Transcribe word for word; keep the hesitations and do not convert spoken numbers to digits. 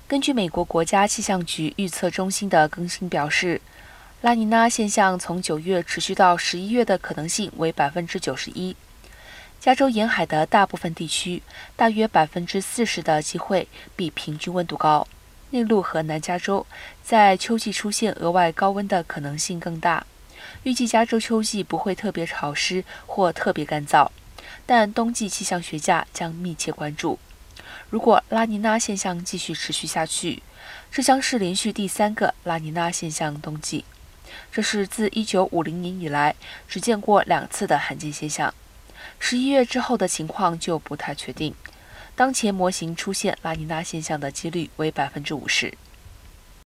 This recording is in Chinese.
根据美国国家气象局预测中心的更新表示，拉尼娜现象从九月持续到十一月的可能性为百分之九十一。加州沿海的大部分地区，大约百分之四十的机会比平均温度高。内陆和南加州在秋季出现额外高温的可能性更大。预计加州秋季不会特别潮湿或特别干燥，但冬季气象学家将密切关注。如果拉尼娜现象继续持续下去，这将是连续第三个拉尼娜现象冬季，这是自一九五零年以来只见过两次的罕见现象。十一月之后的情况就不太确定。当前模型出现拉尼娜现象的几率为百分之五十。